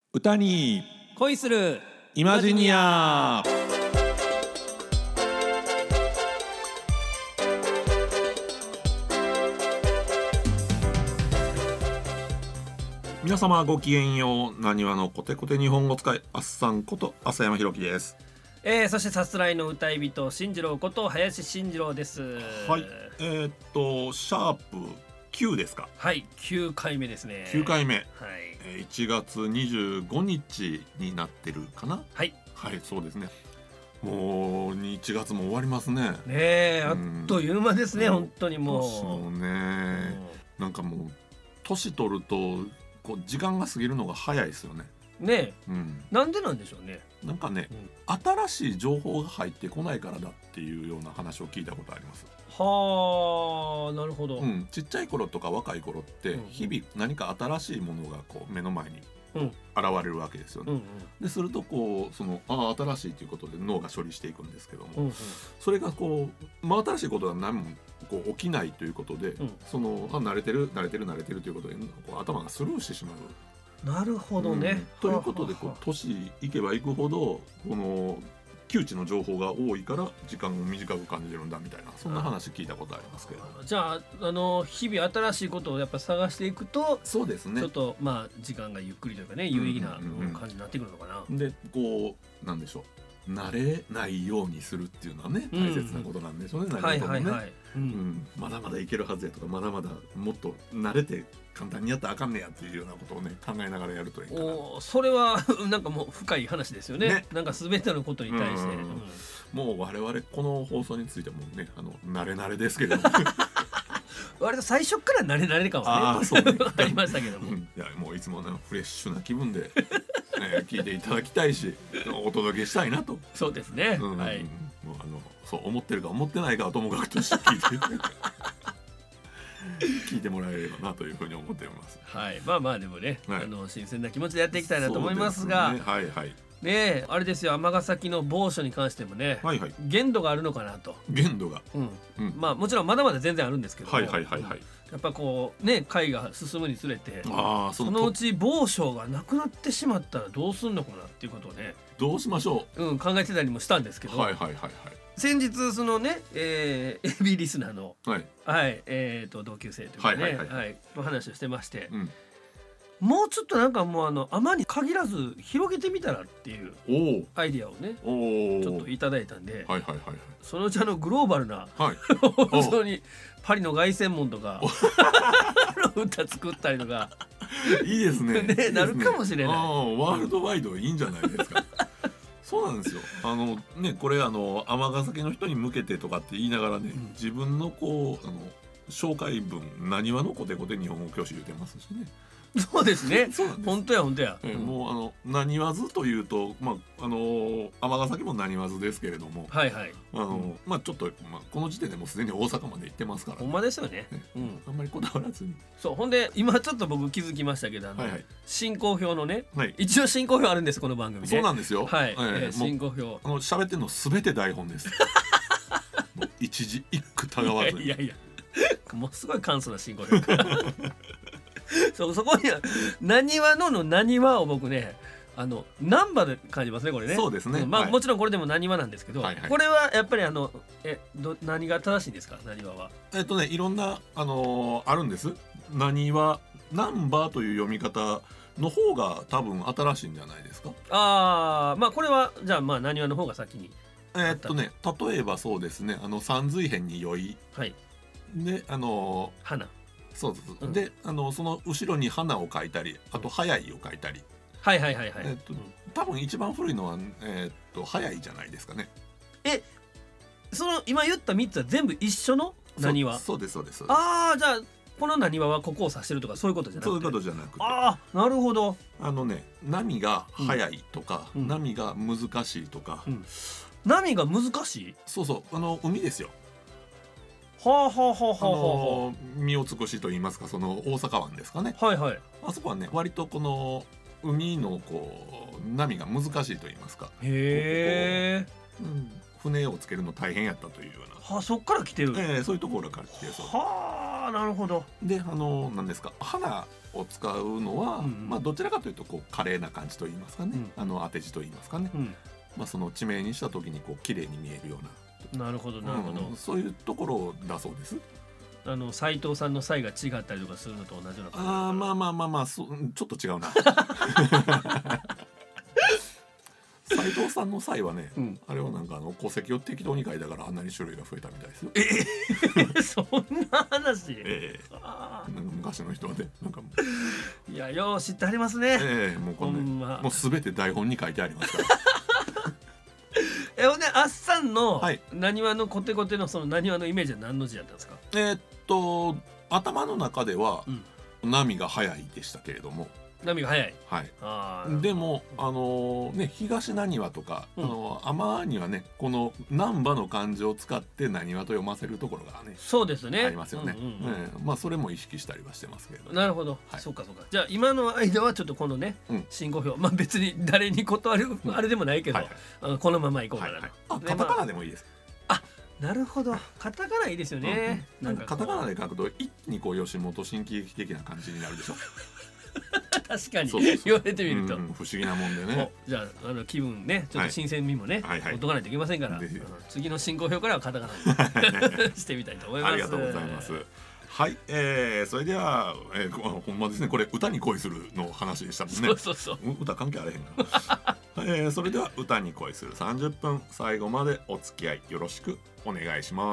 歌に恋するイマジニア。皆様ごきげんよう。なにわのコテコテ日本語使いあっさんこと浅山ひろきです。 そしてさすらいの歌い人進次郎こと林進次郎です。 はい、シャープ9ですか。 はい、9回目ですね。 9回目、 はい、 1月25日になってるかな。 はい、 はい、そうですね。もう1月も終わりますね。 ねえ、あっという間ですね、本当にもう。 年もね、なんかもう年取るとこう時間が過ぎるのが早いですよね。 ねえ、なんでなんでしょうね。 なんかね、新しい情報が入ってこないからだっていうような話を聞いたことあります。 はあ、なるほど、 ちっちゃい頃とか若い頃って日々何か新しいものがこう目の前に現れるわけですよね。でするとこう新しいということで脳が処理していくんですけども、それがこう、新しいことが何もこう起きないということで、慣れてるということでこう頭がスルーしてしまう。 なるほどね、 ということでこう年いけばいくほどこの窮地の情報が多いから時間を短く感じるんだみたいな、そんな話聞いたことありますけど。 じゃあ、日々新しいことをやっぱ探していくと、 そうですね、 ちょっと時間がゆっくりというかね、有意義な感じになってくるのかな。 でこうなんでしょう、慣れないようにするっていうのはね大切なことなんでしょうね。何事もね、まだまだいけるはずやとか、まだまだもっと慣れて簡単にやったらあかんねやっていうようなことをね考えながらやるといいかな。 それはなんかもう深い話ですよ ね。なんか全てのことに対して、 もう我々この放送についてもね慣れ慣れですけど割と最初から慣れ慣れ感はねありましたけども、 いやもういつもねフレッシュな気分で、聞いていただきたいしお届けしたいなと。 そうですね、 もうそう思ってるか思ってないかはともかくとして聞いてもらえればなというふうに思っています。 はい、まあでもね、新鮮な気持ちでやっていきたいなと思いますが、ね、あれですよ、尼崎の某所に関してもね、限度があるのかなと。 限度が、 もちろんまだまだ全然あるんですけども、やっぱこうね、会が進むにつれて、そのうち某所がなくなってしまったらどうすんのかなっていうことをね、 どうしましょう、 考えてたりもしたんですけど、先日そのね、AB リスナーの、同級生というかね、の話をしてまして、もうちょっとなんかもう尼に限らず広げてみたらっていうアイディアをねちょっといただいたんで、そのうちグローバルな、本当にパリの凱旋門とか歌作ったりとかいいですねなるかもしれない。 ワールドワイドいいんじゃないですかそうなんですよ。これ尼崎の人に向けてとかって言いながらね、自分のこう紹介文なにわのコテコテ日本語教師言ってますしね。 そうですね。本当や本当や。 もうなにわずというと尼崎もなにわずですけれども、ちょっとこの時点でもうすでに大阪まで行ってますから。 ほんまですよね。 あんまりこだわらずに。 そう、ほんで今ちょっと僕気づきましたけど、進行表のね、一応進行表あるんですこの番組で。 そうなんですよ。 進行表。 喋ってるのすべて台本です。一字一句たがわずに。 いやもうすごい簡素な進行表。そこにはなにわのなにわを僕ね、ナンバで感じますねこれね。 そうですね。 もちろんこれでもなにわなんですけど、これはやっぱり何が正しいんですか、なにわは。 いろんなあるんです。なにわナンバーという読み方の方が多分新しいんじゃないですか。 これはじゃあなにわの方が先に。 例えばそうですね、三髄辺に良い。で花。 そうです。でその後ろに花を描いたり、あと早いを描いたり。多分一番古いのは早いじゃないですかね。 その今言った3つは全部一緒のなにわ。 そうです。じゃあこのなにわはここを指してるとかそういうことじゃなくて。 そういうことじゃなくて。 なるほど。 波が早いとか、波が難しいとか。 波が難しい。 そう海ですよ。身を尽くしと言いますか、その大阪湾ですかね。あそこはね割とこの海のこう波が難しいと言いますか。 船をつけるの大変やったというような。そっから来てる。 そういうところから来てるそう。 なるほど。 で何ですか、花を使うのは、どちらかというとこう華麗な感じといいますかね、当て字といいますかね、その地名にした時にこう綺麗に見えるような。 なるほどなるほど、 そういうところだそうです。 斉藤さんの際が違ったりとかするのと同じような感じ。ちょっと違うな。斉藤さんの際はね、あれはなんか戸籍を適当に書いたからあんなに種類が増えたみたいですよ。 そんな話。 なんか昔の人はね、なんかもういやよう知ってありますね。 もうこれね、もう全て台本に書いてありますから。 ほんであっさんのなにわのコテコテのそのなにわのイメージは何の字だったんですか？ 頭の中では波が速いでしたけれども。 波が速い。 でも東なにわとか天にはね、この難波の漢字を使ってなにわと読ませるところがね、 そうですね、 ありますよね。それも意識したりはしてますけれど。 なるほど、そうかそうか。じゃあ今の間はちょっとこのね進行表、別に誰に断るあれでもないけど、このままいこうかなと。 カタカナでもいいです。 なるほど、カタカナいいですよね。 なんかカタカナで書くと一気にこう吉本新喜劇的な感じになるでしょ。 確かに言われてみると不思議なもんでね。 じゃあ気分ね、ちょっと新鮮味もね持っとかないといけませんから、次の進行表からはカタカナにしてみたいと思います。 ありがとうございます。はい、それでは、ほんまですね、これ歌に恋するの話でしたもんね。 そう歌関係あれへんな。それでは歌に恋する30分、最後までお付き合いよろしくお願いします。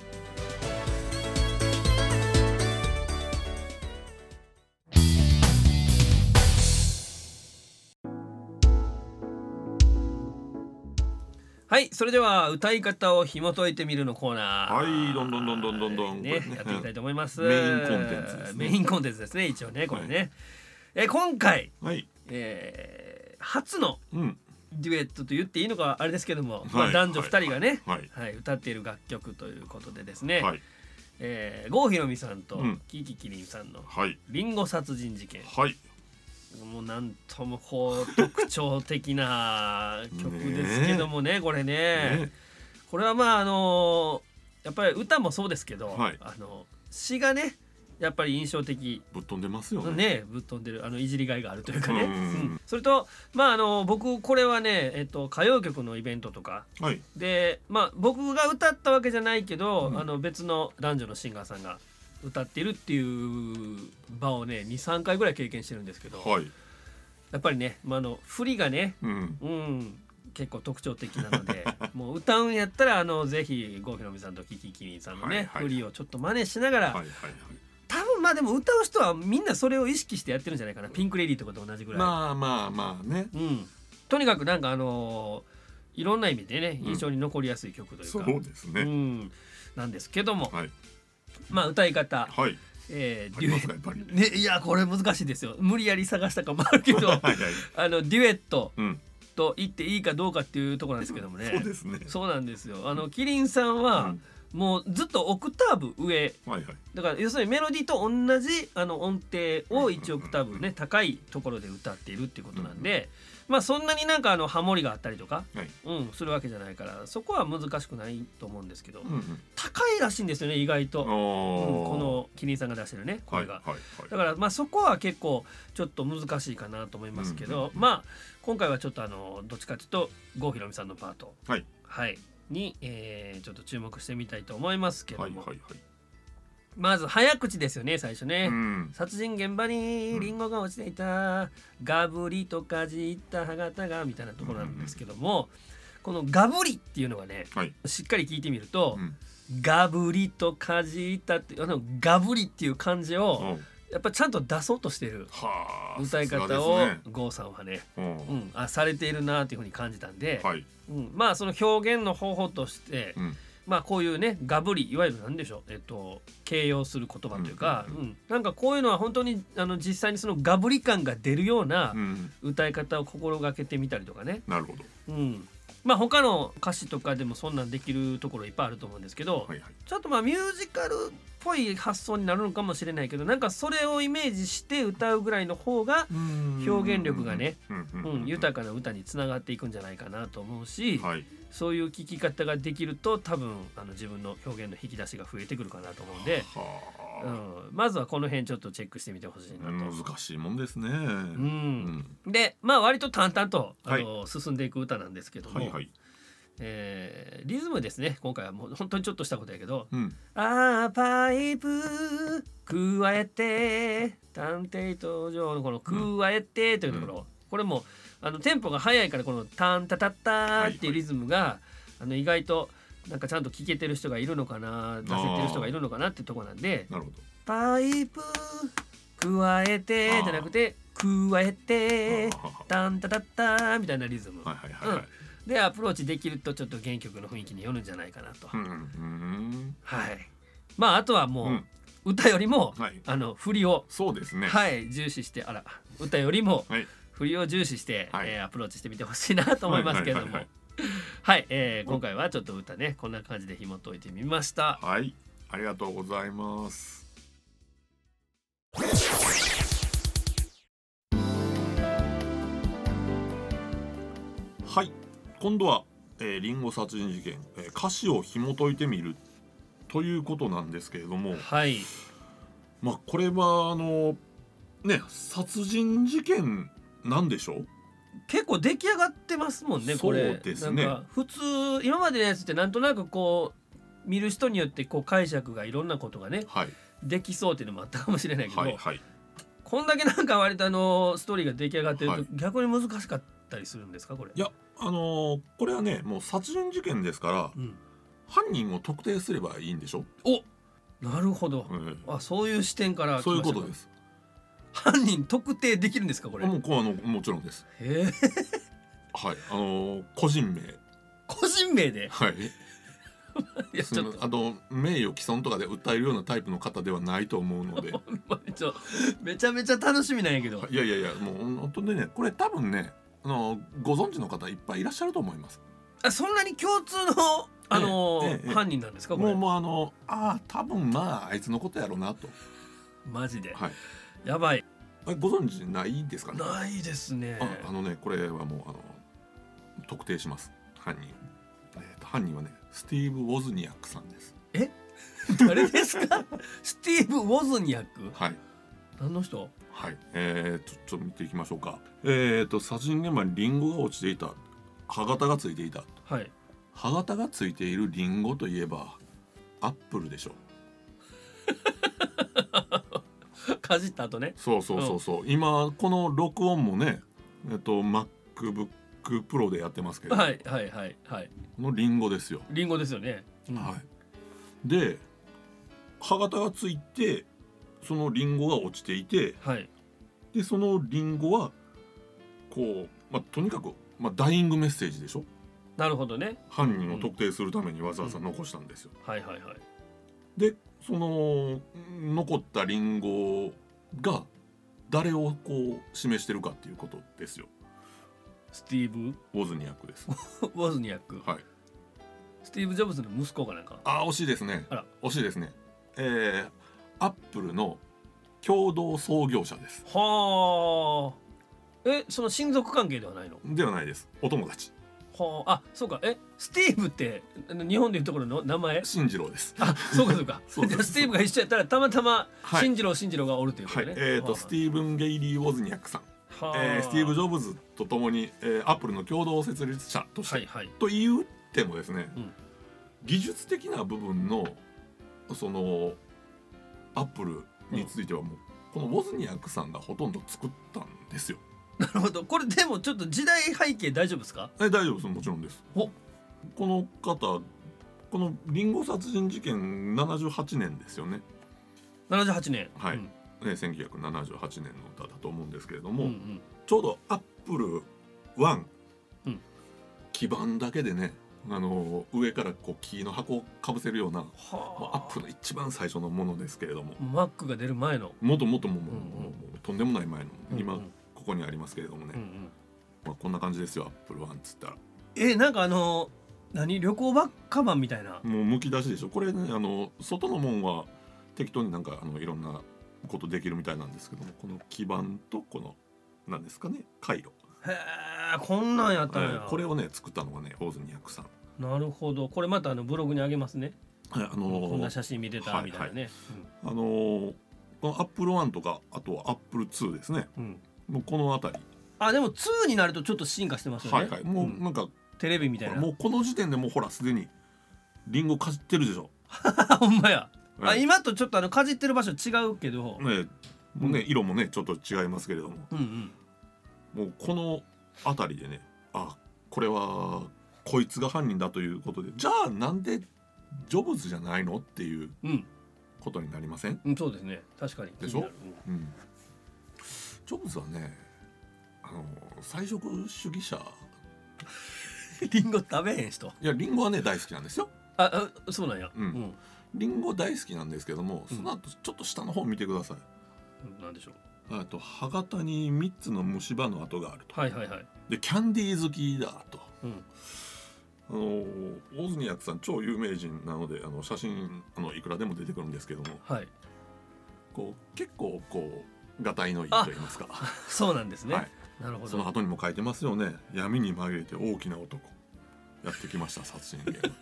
はい、それでは歌い方を紐解いてみるのコーナー。 はい、どんどんね、やっていきたいと思います。 メインコンテンツですね。 メインコンテンツですね、一応ね、これね。今回、初のデュエットと言っていいのかあれですけども、男女2人がね、歌っている楽曲ということでですね、郷ひろみさんとキキキリンさんのリンゴ殺人事件。もうなんともこう特徴的な曲ですけどもね、これね、これはやっぱり歌もそうですけど、詩がねやっぱり印象的。 ぶっ飛んでますよね。 ぶっ飛んでる、いじりがいがあるというかね。それと僕これはね、歌謡曲のイベントとかで、僕が歌ったわけじゃないけど、別の男女のシンガーさんが歌ってるっていう場をね 2,3 回ぐらい経験してるんですけど、やっぱりね、振りがね、結構特徴的なのでもう歌うんやったらぜひ郷ひろみさんとキキキリンさんのね、振りをちょっと真似しながら、多分でも歌う人はみんなそれを意識してやってるんじゃないかな。ピンク・レディーとかと同じぐらい。 ね、 とにかくなんかいろんな意味でね印象に残りやすい曲というか、 そうですね、 なんですけども、歌い方、デュエットね、いやこれ難しいですよ。無理やり探したかもあるけどデュエットと言っていいかどうかっていうところなんですけどもね。 そうですね。 そうなんですよ。キリンさんは、もうずっとオクターブ上、だから要するにメロディーと同じ音程を1オクターブね高いところで歌っているっていうことなんで、そんなになんかハモリがあったりとか、するわけじゃないから、そこは難しくないと思うんですけど、高いらしいんですよね意外と、このキリンさんが出してるね声が。だからそこは結構ちょっと難しいかなと思いますけど、今回はちょっとどっちかというと郷ひろみさんのパートに、ちょっと注目してみたいと思いますけども、まず早口ですよね最初ね、殺人現場にリンゴが落ちていた、ガブリとかじった歯型がみたいなところなんですけども、このガブリっていうのがね、しっかり聞いてみると、ガブリとかじったってガブリっていう漢字をやっぱちゃんと出そうとしてる歌い方を郷さんはね、されているなっていうふうに感じたんで、その表現の方法として、こういうねガブリ、いわゆる何でしょう、形容する言葉というか、なんかこういうのは本当に実際にそのガブリ感が出るような歌い方を心がけてみたりとかね。 なるほまあ他の歌詞とかでもそんなんできるところいっぱいあると思うんですけど、はいはい、ちょっとまあミュージカルっぽい発想になるのかもしれないけど、なんかそれをイメージして歌うぐらいの方が表現力がね、豊かな歌につながっていくんじゃないかなと思うし、はい、そういう聴き方ができると多分自分の表現の引き出しが増えてくるかなと思うんで、まずはこの辺ちょっとチェックしてみてほしいなと。 難しいもんですね。 でまあ割と淡々と進んでいく歌なんですけども、 はいはい、 リズムですね。今回はもう本当にちょっとしたことやけど、あーパイプ加えて探偵登場のこの加えてというところ、これもテンポが速いからこのタンタタッターっていうリズムが、意外となんかちゃんと聴けてる人がいるのかな、出せてる人がいるのかなっていうところなんで、 なるほど、 パイプ加えてじゃなくて加えてタンタタッターみたいなリズム、でアプローチできるとちょっと原曲の雰囲気によるんじゃないかなと。はい。まああとはもう、歌よりも、振りをそうですね、 重視して、歌よりも振りを重視して、アプローチしてみてほしいなと思いますけれども、今回はちょっと歌ねこんな感じで紐解いてみました。 はい、ありがとうございます。はい、今度は、リンゴ殺人事件、歌詞を紐解いてみるということなんですけれども、 はい、 まあこれは殺人事件なんでしょう。 結構出来上がってますもんねこれ。 そうですね。 なんか普通今までのやつってなんとなくこう見る人によってこう解釈がいろんなことがね、できそうっていうのもあったかもしれないけど、こんだけなんか割とストーリーが出来上がってると、逆に難しかったりするんですかこれ。 いやこれはねもう殺人事件ですから、犯人を特定すればいいんでしょ。 なるほど、そういう視点からそういうことです。 犯人特定できるんですかこれ。 もちろんです。はい、個人名で、はい。いやちょっと名誉毀損とかで訴えるようなタイプの方ではないと思うのでめちゃめちゃ楽しみなんやけど。 いやもう本当にねこれ多分ねご存知の方いっぱいいらっしゃると思います。 そんなに共通の犯人なんですかこれ。 もう多分まああいつのことやろうなと。 マジで、 はい、 やばい。 ご存知ないですかね。 ないですね。 これはもう特定します。犯人はねスティーブ・ウォズニアックさんです。 誰ですかスティーブ・ウォズニアック。 はい。 何の人。 はい。ちょっと見ていきましょうか。殺人現場にリンゴが落ちていた、歯型がついていた。 はい。 歯型がついているリンゴといえばアップルでしょ。 かじった後ね。 そう、今この録音もねMacBook Pro でやってますけど、 はい、 このリンゴですよ。 リンゴですよね。 はい。で歯型がついてそのリンゴが落ちていて、でそのリンゴはこう、とにかく、ダイイングメッセージでしょ。 なるほどね。 犯人を特定するためにわざわざ残したんですよ。でその残ったリンゴが誰をこう示してるかっていうことですよ。 スティーブ・ウォズニアックです。 ウォズニアック。はい。スティーブ・ジョブズの息子かなんか。 惜しいですね。惜しいですね。アップルの共同創業者です。 はあ。その親族関係ではないの？ ではないです。お友達。 はあ。そうか。スティーブって日本でいうところの名前？ 進次郎です。 そうか。じゃあスティーブが一緒やったらたまたま進次郎がおるということね。 スティーブン・ゲイリー・ウォズニアックさん。スティーブ・ジョブズとともに、アップルの共同設立者として、と言ってもですね、技術的な部分のそのアップルについてはもう、このウォズニアックさんがほとんど作ったんですよ。 なるほど。これでもちょっと時代背景大丈夫ですか？ 大丈夫です。もちろんです。この方このリンゴ殺人事件78年ですよね。 78年。 はい。1978年の歌だと思うんですけれども、ちょうどアップル1、基板だけでね上からこう木の箱をかぶせるような、アップルの一番最初のものですけれども、 Mac が出る前のもっととんでもない前の、今ここにありますけれどもね、こんな感じですよ。アップル1っつったらなんか何旅行カバンみたいな。 もうむき出しでしょこれね。外のもんは適当になんかいろんなことできるみたいなんですけども、この基板とこの何ですかね、回路。 へえ、こんなんやったんや。 これをね作ったのがね大津200さん。 なるほど。これまたブログにあげますね。 はい、 こんな写真見てたみたいなね。 このアップル1とかあとはアップル2ですね。もうこの辺り。 でも2になるとちょっと進化してますよね。 はい。もうなんかテレビみたいな。 もうこの時点でもうほらすでにリンゴかじってるでしょ。 ほんまや。今とちょっとかじってる場所違うけど。 もうね色もねちょっと違いますけれども。もうこの辺りでね、これはこいつが犯人だということで、じゃあなんでジョブズじゃないのっていうことになりません？ そうですね、確かに。 でしょ。ジョブズはね菜食主義者。 リンゴ食べへん人。 いやリンゴはね大好きなんですよ。 そうなんや。 リンゴ大好きなんですけども、その後ちょっと下の方見てください。 なんでしょう。 歯型に3つの虫歯の跡があると。でキャンディー好きだと。大津200さん超有名人なので写真いくらでも出てくるんですけども、こう結構こうがたいのいいと言いますか。 そうなんですね。なるほど。 その後にも書いてますよね。闇に紛れて大きな男やってきました殺人ゲーム。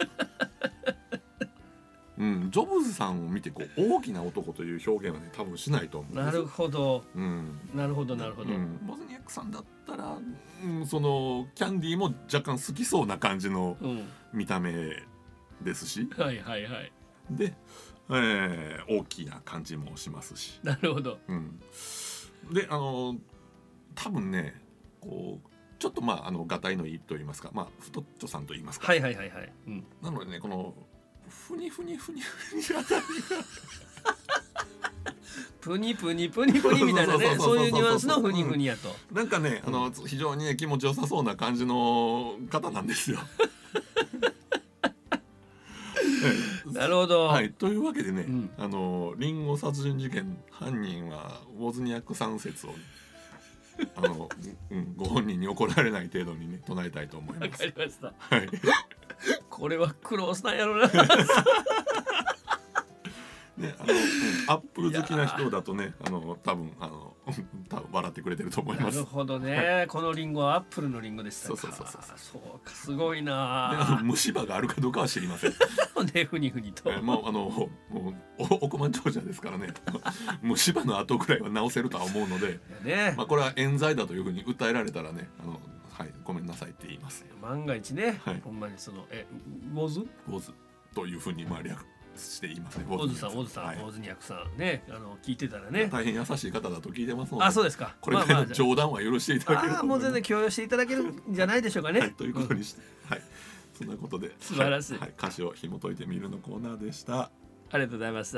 ジョブズさんを見てこう大きな男という表現はね多分しないと思うんです。 なるほど。なるほどなるほど。 ボズニャックさんだったら、そのキャンディーも若干好きそうな感じの見た目ですし、で、大きな感じもしますし。 なるほど。 で多分ねこうちょっとがたいのいいと言いますか、太っちょさんと言いますか。なのでねこのふにふにふにふにあたりがプニプニプニプニみたいなね、そういうニュアンスのふにふにやと。 なんかね非常にね気持ちよさそうな感じの方なんですよ。 なるほど。 というわけでね、リンゴ殺人事件犯人はウォズニャック3説をご本人に怒られない程度にね唱えたいと思います。 わかりました。これは苦労したんやろな。ね、 アップル好きな人だとね多分笑ってくれてると思います。 なるほどね。このリンゴはアップルのリンゴでしたか。そうか、すごいな。 虫歯があるかどうかは知りません。 ね、ふにふにと。 もう億万長者ですからね。虫歯の後ぐらいは治せるとは思うので、これは冤罪だというふうに訴えられたらねごめんなさいって言います。 万が一ね、ほんまにウォズというふうに略して言いますね。 オズさん、オズニャクさんね、聞いてたらね、 大変優しい方だと聞いてますので。 そうですか。 これぐらいの冗談は許していただけると思います。 もう全然許容していただけるんじゃないでしょうかね。 ということにして、そんなことで素晴らしい歌詞を紐解いてみるのコーナーでした。 ありがとうございました。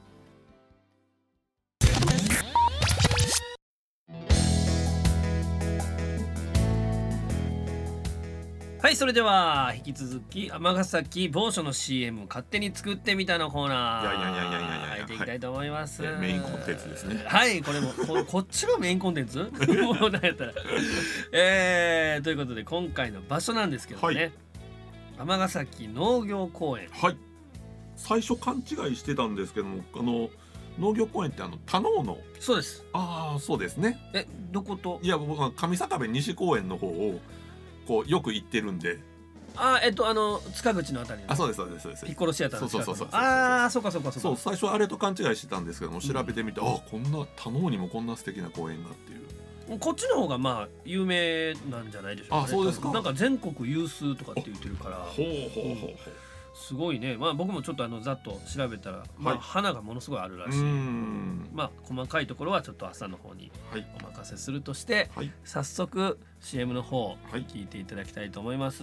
はい、それでは引き続き尼崎某所の CM 勝手に作ってみたのコーナー入っていきたいと思います。 メインコンテンツですね。 はい、これもこっちがメインコンテンツもう何やったらということで今回の場所なんですけどね、尼崎農業公園。 最初勘違いしてたんですけども、農業公園って田能の。 そうです。 そうですね。 どこと？ いや僕は上坂部西公園の方をこうよく行ってるんで。 塚口のあたりの。 そうですピッコロシアターの近くの。そうか。 そう最初あれと勘違いしてたんですけども、調べてみてこんな田能にもこんな素敵な公園がっていう。 こっちの方が有名なんじゃないでしょうかね。 そうですか。 なんか全国有数とかって言ってるから。すごいね。僕もちょっとざっと調べたら、花がものすごいあるらしい。細かいところはちょっと朝の方にお任せするとして、早速 CM の方聞いていただきたいと思います。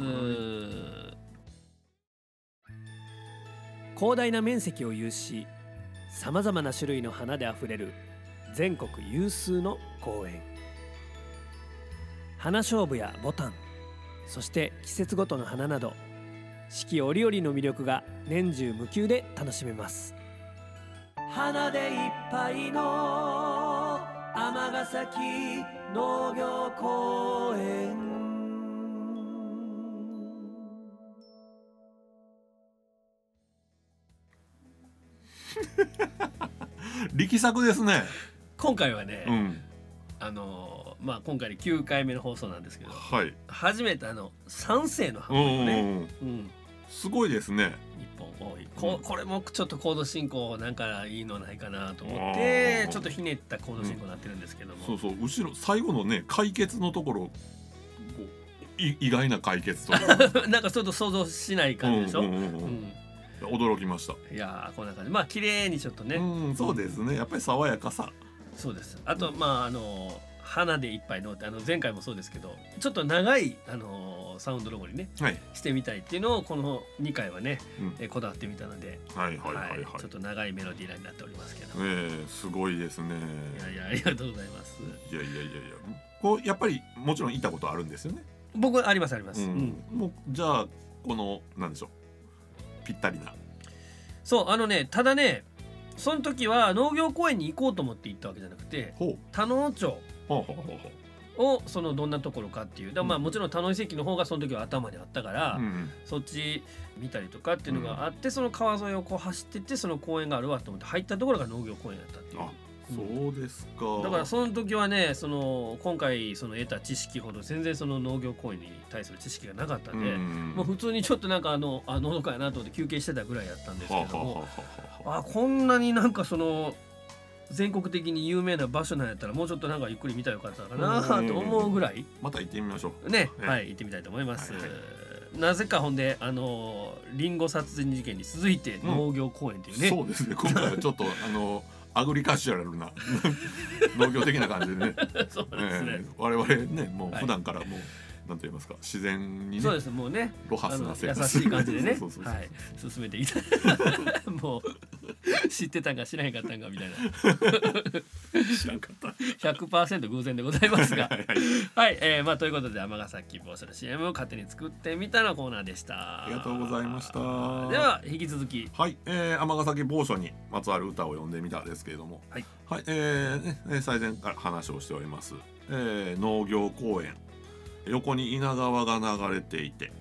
広大な面積を有し、さまざまな種類の花であふれる全国有数の公園。花菖蒲やボタン、そして季節ごとの花など四季折々の魅力が年中無休で楽しめます。花でいっぱいの尼崎農業公園。 力作ですね。 今回はね、まあ今回で9回目の放送なんですけど、はい、初めて3世のハモリをね、 すごいですね。 1本多い、これもちょっとコード進行なんかいいのないかなと思ってちょっとひねったコード進行になってるんですけども、 そうそう後ろ最後のね解決のところ意外な解決となんかちょっと想像しない感じでしょ。 驚きました。 いやこんな感じ、まあ綺麗にちょっとね、 そうですね、やっぱり爽やかさ。 そうです。あとまあ花でいっぱいのって前回もそうですけどちょっと長いサウンドロゴにね、してみたいっていうのをこの2回はね、こだわってみたので、ちょっと長いメロディーラインになっておりますけど、 すごいですね。 いやありがとうございます。 いやこうやっぱりもちろん行ったことあるんですよね。 僕ありますあります。 もうじゃあこのなんでしょうぴったりな。 そうただねその時は農業公園に行こうと思って行ったわけじゃなくて田野町をどんなところかっていうまあもちろん田野遺跡の方がその時は頭にあったから、そっち見たりとかっていうのがあって、その川沿いをこう走ってってその公園があるわと思って入ったところが農業公園だったっていう。 そうですか。 だからその時はね今回得た知識ほど全然農業公園に対する知識がなかったんで、もう普通にちょっとなんかのどかやなと思って休憩してたぐらいやったんですけども、こんなになんか全国的に有名な場所なんやったらもうちょっとなんかゆっくり見たらよかったかなと思うぐらい。 また行ってみましょうね。はい行ってみたいと思います。なぜかほんでリンゴ殺人事件に続いて農業公園っていうね、 そうですね今回はちょっとアグリカルチュラルな農業的な感じでねそうですね、 我々ねもう普段からもう、なんて言いますか自然にねそうですもうねロハスな生活優しい感じでね進めていたもう知ってたんか知らへんかったんかみたいな知らんかった 100% 偶然でございますがまあということで尼崎帽子の CM を勝手に作ってみたのコーナーでした。 ありがとうございました。では引き続き尼崎帽子にまつわる歌を読んでみたですけれども、最前から話をしております、農業公園横に稲川が流れていて、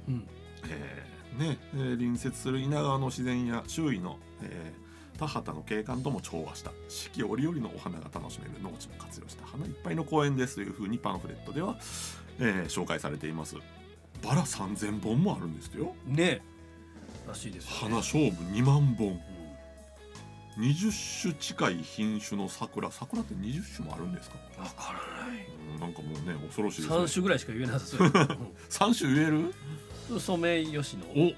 隣接する稲川の自然や周囲の、田畑の景観とも調和した四季折々のお花が楽しめる農地を活用した花いっぱいの公園ですというふうにパンフレットでは、紹介されています。バラ3000本もあるんですよね。らしいですよね。 花勝負2万本、20種近い品種の桜って20種もあるんですか。 わからない。 なんかもうね恐ろしいですね。 3種ぐらいしか言えなさそう。 3種言える？ ソメイヨシノ。お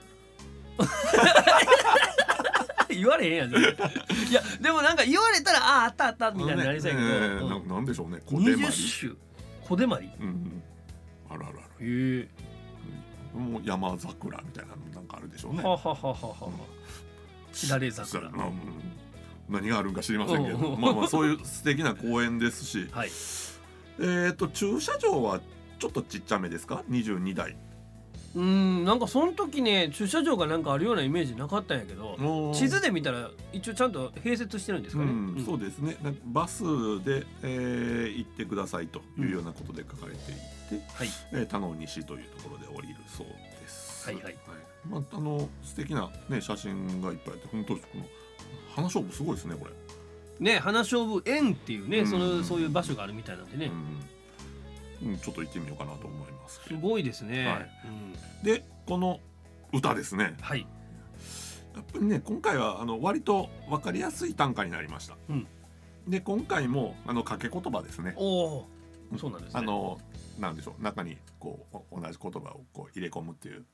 言われへんやん。いやでもなんか言われたらあったみたいになりそうやけど、 なんでしょうね。 20種小手まり。 ある。へえ。もう山桜みたいなのなんかあるでしょうね。 しだれ桜。 何があるんか知りませんけど、まあそういう素敵な公園ですし、駐車場はちょっとちっちゃめですか？22台。 なんかその時ね駐車場がなんかあるようなイメージなかったんやけど、地図で見たら一応ちゃんと併設してるんですかね。 そうですね。バスで、行ってくださいというようなことで書かれていて、田野西というところで降りるそうです。まあ素敵なね写真がいっぱいあって、本当この花勝負すごいですねこれ。 ね花勝負園っていうねそういう場所があるみたいなんでね。 ちょっと行ってみようかなと思います。 すごいですね。 でこの歌ですね。やっぱりね今回は割と分かりやすい短歌になりました。で今回も掛け言葉ですね。 そうなんですね。 なんでしょう中にこう同じ言葉をこう入れ込むっていう。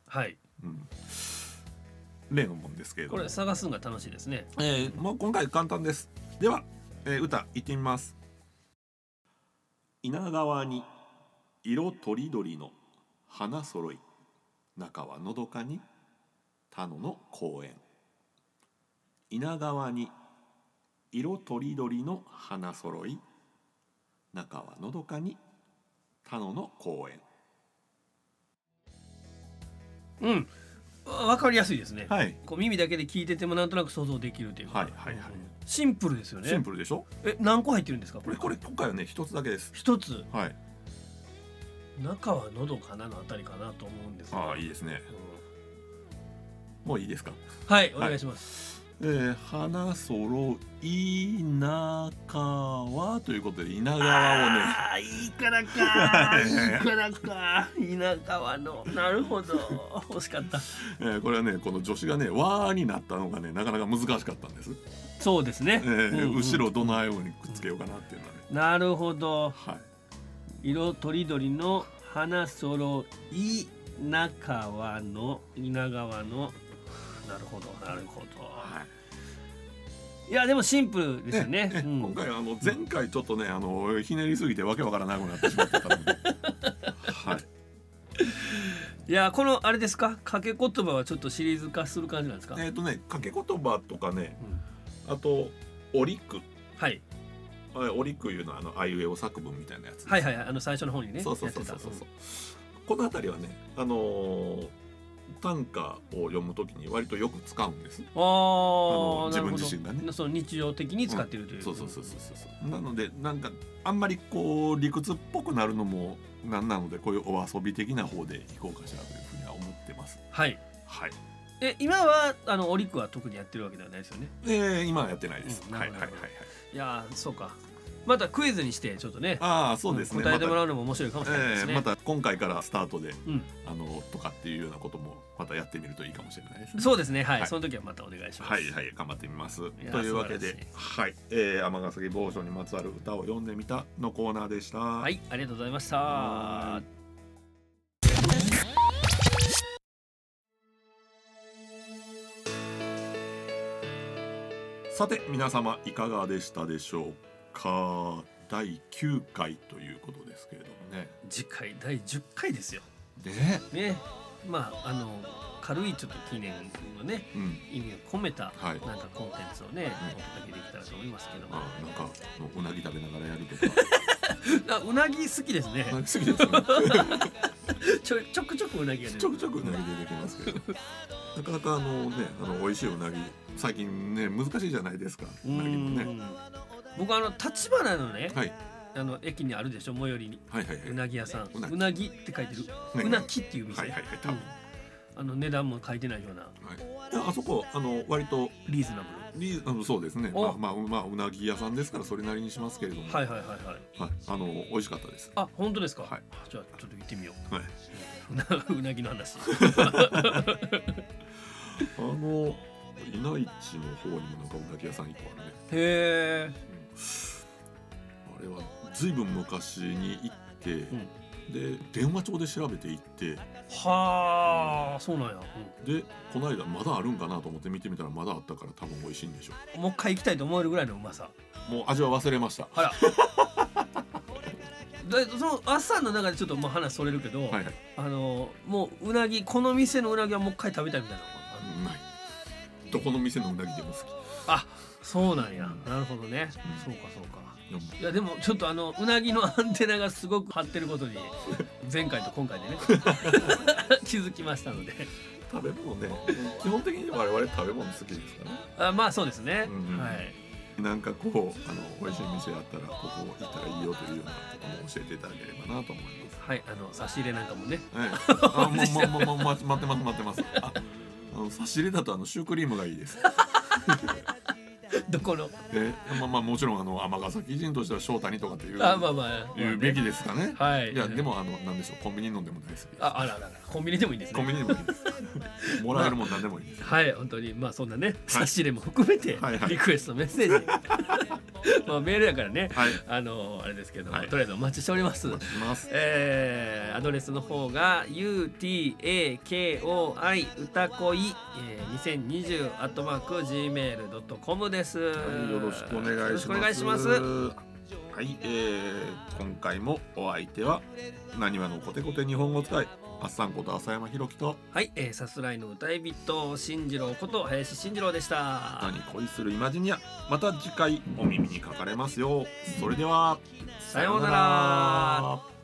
例のもんですけれども。 これ探すのが楽しいですね。 もう今回簡単です。では、歌いってみます。稲川に色とりどりの花揃い、中はのどかに田野の公園。稲川に色とりどりの花揃い、中はのどかに田野の公園。 分かりやすいですね。こう耳だけで聞いててもなんとなく想像できるというか。シンプルですよね。 シンプルでしょ。 何個入ってるんですかこれ今回はね一つだけです。 一つ。中はのどかなのあたりかなと思うんですが。 いいですね。もういいですか。 お願いします。 花揃い中はということで稲川をね、 いいからかいいからか稲川の、なるほど、惜しかった。 これはね、この助詞がねわーになったのがねなかなか難しかったんです。 そうですね、 後ろどのようにくっつけようかなっていうのはね、 なるほど、はい、色とりどりの花揃い中はの稲川の、なるほどなるほど、はい、いやでもシンプルですよね。 今回は前回ちょっとねひねりすぎてわけわからなくなってしまったのではい。 いやこのあれですか、掛け言葉はちょっとシリーズ化する感じなんですか。 掛け言葉とかね、あとおりく、 はい、 おりくいうのはあいうえお作文みたいなやつ、 はいはい、最初の方にね、 そうこのあたりはね短歌を読むときに割とよく使うんです。自分自身がね、 その日常的に使っているという、 そうなのでなんかあんまりこう理屈っぽくなるのもなんなので、こういうお遊び的な方でいこうかしらというふうには思ってます。 はいはい。今はおりくは特にやってるわけではないですよね。 今はやってないです。はい。 いやそうか。またクイズにしてちょっとね、 そうですね、 答えてもらうのも面白いかもしれないですね。 また今回からスタートで、とかっていうようなこともまたやってみるといいかもしれないですね。 そうですね、はい、その時はまたお願いします。 はい頑張ってみます。というわけで、はい尼崎坊賞にまつわる歌を読んでみたのコーナーでした。 はい、ありがとうございました。 さて皆様いかがでしたでしょうか。第9回ということですけれどもね、 次回第10回ですよ。 ね、 まあ軽いちょっと記念のね、意味を込めたなんかコンテンツをね、お届けできたらと思いますけども、 なんかうなぎ食べながらやるとかうなぎ好きですね。 好きですねちょくちょくうなぎが出てちょくちょくうなぎ出てきますけどなかなか美味しいうなぎ最近ね難しいじゃないですか。うなぎもね、 僕立花のね、駅にあるでしょ、最寄りに、うなぎ屋さん、うなぎって書いてる、うなきっていう店、値段も書いてないような、 あそこ割とリーズナブル、 そうですね。まあうなぎ屋さんですからそれなりにしますけれども、美味しかったです。 あ、本当ですか。じゃあちょっと行ってみよう。うなぎの話稲市の方にもなんかうなぎ屋さん1個あるね。 へえ。 あれはずいぶん昔に行って、で電話帳で調べて行って、 はあ、そうなんや。 でこの間まだあるんかなと思って見てみたらまだあったから多分美味しいんでしょう。 もう一回行きたいと思えるぐらいのうまさ。 もう味は忘れました。 あらそのあっさんの中でちょっと話それるけど、もううなぎ、この店のうなぎはもう一回食べたいみたいなのない。どこの店のうなぎでも好き。 あ、そうなんや。なるほどね。そうか。いやでもちょっとうなぎのアンテナがすごく張ってることに前回と今回でね気づきましたので。 食べ物ね、基本的に我々食べ物好きですからね。 まあそうですね。 なんかこう美味しい店あったらここ行ったらいいよというようなことも教えていただければなと思います。 はい、差し入れなんかもね。 もう待ってます。差し入れだとシュークリームがいいです。 どこの？ もちろん尼崎人としては翔谷とかっていう言うべきですかね。いやでもなんでしょう、コンビニ飲んでも大好きです。 あらコンビニでもいいですね。 コンビニでもいいです。もらえるもんなんでもいいです。 はい、本当にそんなね差し入れも含めてリクエストメッセージ、メールやからね、あれですけど、とりあえずお待ちしております。アドレスの方が utakoi 歌恋2020@gmail.com です。 よろしくお願いします。はい、今回もお相手はなにわのコテコテ日本語使いあっさんこと浅山ひろきと、 さすらいの歌い人進次郎こと林進次郎でした。 歌に恋するイマジニア、また次回お耳にかかれますよ。それではさようなら。